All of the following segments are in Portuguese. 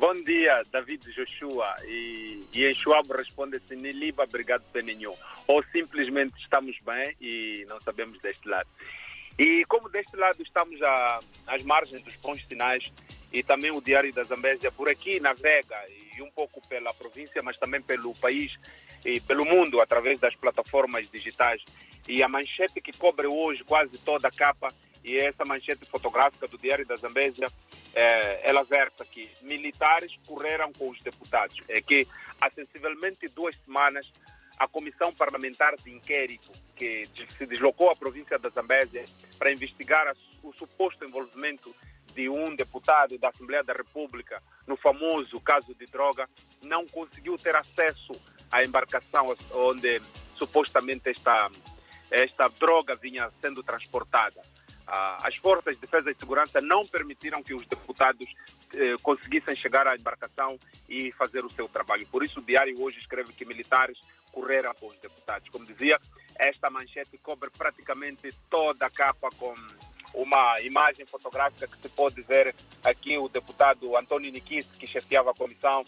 Bom dia, David Joshua. E em Chuabo responde-se Niliba, obrigado Penenhon. Ou simplesmente estamos bem e não sabemos deste lado. E como deste lado estamos às margens dos bons sinais e também o Diário da Zambésia por aqui navega e um pouco pela província, mas também pelo país e pelo mundo através das plataformas digitais. E a manchete que cobre hoje quase toda a capa e essa manchete fotográfica do Diário da Zambésia, ela versa que militares correram com os deputados. É que há sensivelmente 2 semanas a Comissão Parlamentar de Inquérito, que se deslocou à província da Zambésia para investigar o suposto envolvimento de um deputado da Assembleia da República no famoso caso de droga, não conseguiu ter acesso à embarcação onde supostamente esta droga vinha sendo transportada. As forças de defesa e segurança não permitiram que os deputados conseguissem chegar à embarcação e fazer o seu trabalho. Por isso o Diário hoje escreve que militares correram com os deputados. Como dizia, esta manchete cobre praticamente toda a capa com uma imagem fotográfica que se pode ver aqui o deputado Antônio Nikis, que chefiava a comissão,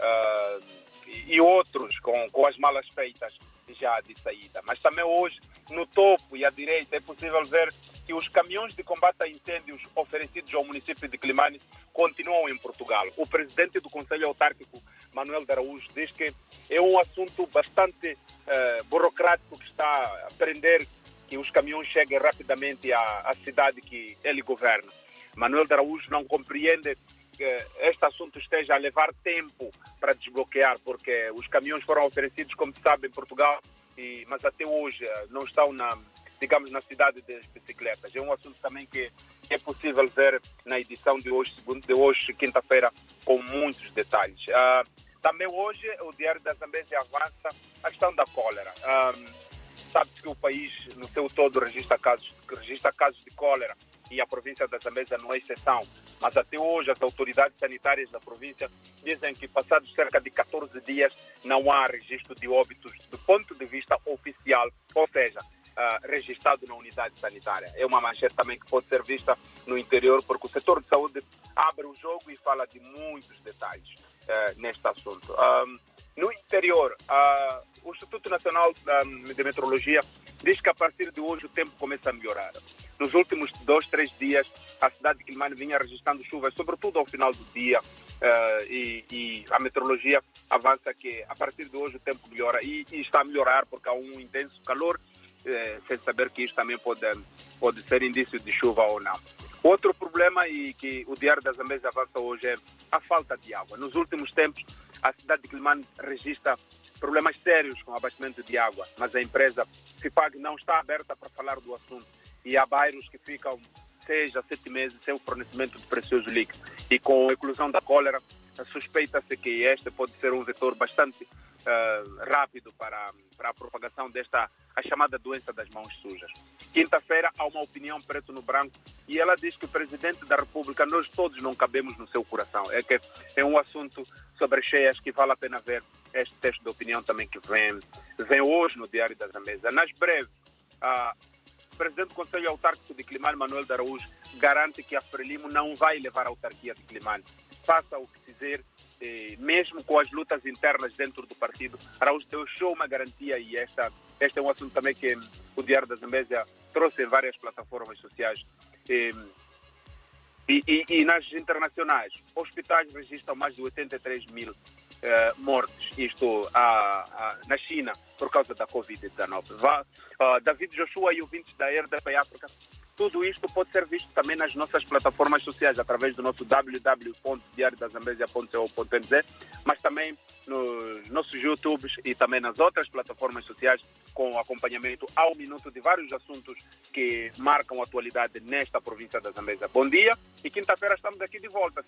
e outros com as malas feitas já de saída. Mas também hoje, no topo e à direita, é possível ver que os caminhões de combate a incêndios oferecidos ao município de Climane continuam em Portugal. O presidente do Conselho Autárquico, Manuel de Araújo, diz que é um assunto bastante burocrático que está a prender que os caminhões cheguem rapidamente à cidade que ele governa. Manuel de Araújo não compreende que este assunto esteja a levar tempo para desbloquear, porque os caminhões foram oferecidos, como se sabe, em Portugal, mas até hoje não estão na cidade das bicicletas. É um assunto também que é possível ver na edição de hoje, quinta-feira, com muitos detalhes. Também hoje o Diário da Zambésia avança a questão da cólera. Sabe-se que o país, no seu todo, registra casos de cólera e a província da Zambésia não é exceção. Mas até hoje as autoridades sanitárias da província dizem que passados cerca de 14 dias não há registro de óbitos do ponto de vista oficial, ou seja, registrado na unidade sanitária. É uma manchete também que pode ser vista no interior, porque o setor de saúde abre o jogo e fala de muitos detalhes neste assunto. No interior, o Instituto Nacional de Meteorologia diz que a partir de hoje o tempo começa a melhorar. Nos últimos 2-3 dias, a cidade de Climane vinha registrando chuvas, sobretudo ao final do dia, e a meteorologia avança que a partir de hoje o tempo melhora e está a melhorar porque há um intenso calor, sem saber que isto também pode ser indício de chuva ou não. Outro problema e que o Diário da Zambésia avança hoje é a falta de água. Nos últimos tempos, a cidade de Climane registra problemas sérios com o abastecimento de água, mas a empresa FIPAG não está aberta para falar do assunto e há bairros que ficam 6 a 7 meses sem o fornecimento de precioso líquido. E com a eclosão da cólera, suspeita-se que este pode ser um vetor bastante rápido para a propagação a chamada doença das mãos sujas. Quinta-feira há uma opinião preto no branco e ela diz que o presidente da República, nós todos não cabemos no seu coração. É que é um assunto sobre cheias que vale a pena ver este texto de opinião também que vem hoje no Diário da Zambésia. Nas breves, o presidente do Conselho Autárquico de Climane, Manuel de Araújo, garante que a Frelimo não vai levar a autarquia de Climane. Faça o que quiser, mesmo com as lutas internas dentro do partido. Araújo deixou uma garantia e este é um assunto também que o Diário da Zambésia trouxe em várias plataformas sociais. E nas internacionais, hospitais registram mais de 83 mil mortes, isto na China, por causa da Covid-19. David Joshua e ouvintes da RDP África, tudo isto pode ser visto também nas nossas plataformas sociais, através do nosso www.diariodazambésia.co.nz, mas também nos nossos YouTubes e também nas outras plataformas sociais, com acompanhamento ao minuto de vários assuntos que marcam a atualidade nesta província da Zambésia. Bom dia e quinta-feira estamos aqui de volta.